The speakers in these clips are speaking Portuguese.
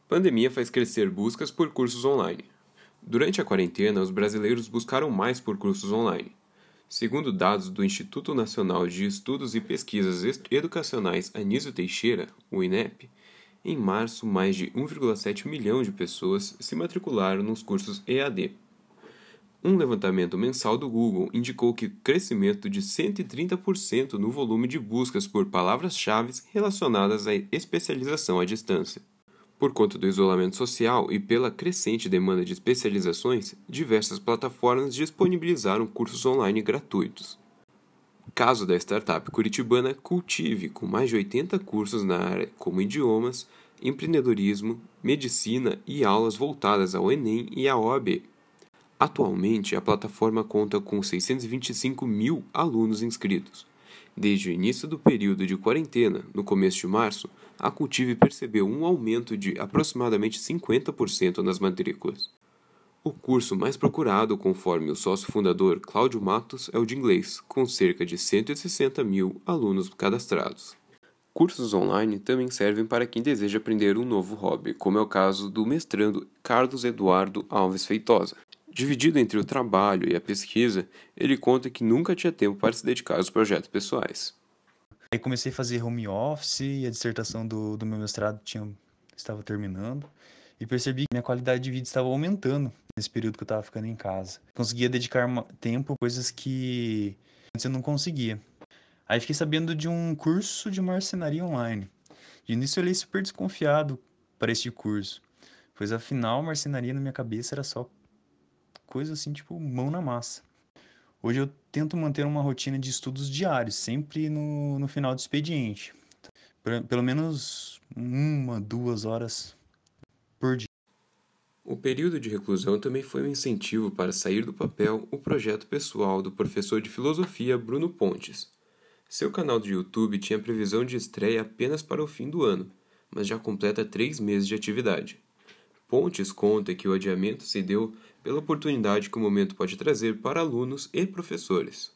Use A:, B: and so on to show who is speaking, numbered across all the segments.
A: Pandemia faz crescer buscas por cursos online. Durante a quarentena, os brasileiros buscaram mais por cursos online. Segundo dados do Instituto Nacional de Estudos e Pesquisas Educacionais Anísio Teixeira, o INEP, em março mais de 1,7 milhão de pessoas se matricularam nos cursos EAD. Um levantamento mensal do Google indicou que crescimento de 130% no volume de buscas por palavras-chave relacionadas à especialização à distância. Por conta do isolamento social e pela crescente demanda de especializações, diversas plataformas disponibilizaram cursos online gratuitos. Caso da startup curitibana Cultive, com mais de 80 cursos na área como idiomas, empreendedorismo, medicina e aulas voltadas ao Enem e à OAB. Atualmente, a plataforma conta com 625 mil alunos inscritos. Desde o início do período de quarentena, no começo de março, a Cultive percebeu um aumento de aproximadamente 50% nas matrículas. O curso mais procurado, conforme o sócio fundador Cláudio Matos, é o de inglês, com cerca de 160 mil alunos cadastrados. Cursos online também servem para quem deseja aprender um novo hobby, como é o caso do mestrando Carlos Eduardo Alves Feitosa. Dividido entre o trabalho e a pesquisa, ele conta que nunca tinha tempo para se dedicar aos projetos pessoais.
B: Aí comecei a fazer home office e a dissertação do meu mestrado estava terminando. E percebi que minha qualidade de vida estava aumentando nesse período que eu estava ficando em casa. Conseguia dedicar tempo a coisas que antes eu não conseguia. Aí fiquei sabendo de um curso de marcenaria online. De início eu olhei super desconfiado para este curso, pois afinal marcenaria na minha cabeça era só coisa assim, tipo mão na massa. Hoje eu tento manter uma rotina de estudos diários, sempre no final do expediente. Pelo menos 1, 2 horas por dia.
A: O período de reclusão também foi um incentivo para sair do papel o projeto pessoal do professor de filosofia Bruno Pontes. Seu canal do YouTube tinha previsão de estreia apenas para o fim do ano, mas já completa 3 meses de atividade. Pontes conta que o adiamento se deu pela oportunidade que o momento pode trazer para alunos e professores.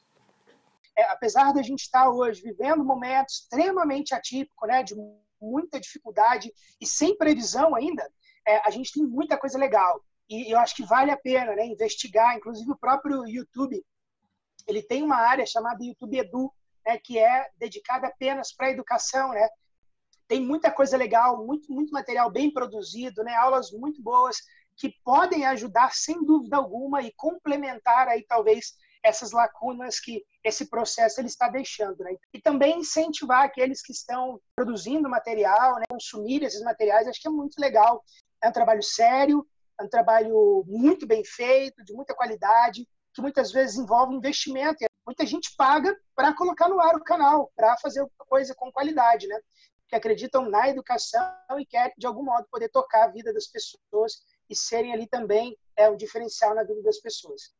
C: Apesar da gente estar hoje vivendo um momento extremamente atípico, né, de muita dificuldade e sem previsão ainda, a gente tem muita coisa legal. E eu acho que vale a pena, né, investigar. Inclusive o próprio YouTube, ele tem uma área chamada YouTube Edu, né, que é dedicada apenas para a educação, né? Tem muita coisa legal, muito material bem produzido, né? Aulas muito boas que podem ajudar, sem dúvida alguma, e complementar aí talvez essas lacunas que esse processo ele está deixando, né? E também incentivar aqueles que estão produzindo material, né? Consumir esses materiais, acho que é muito legal. É um trabalho sério, é um trabalho muito bem feito, de muita qualidade, que muitas vezes envolve investimento. Muita gente paga para colocar no ar o canal, para fazer coisa com qualidade, né? Que acreditam na educação e querem, de algum modo, poder tocar a vida das pessoas e serem ali também um diferencial na vida das pessoas.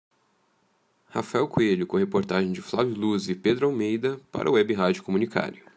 A: Rafael Coelho, com reportagem de Flávio Luz e Pedro Almeida, para a Web Rádio Comunicário.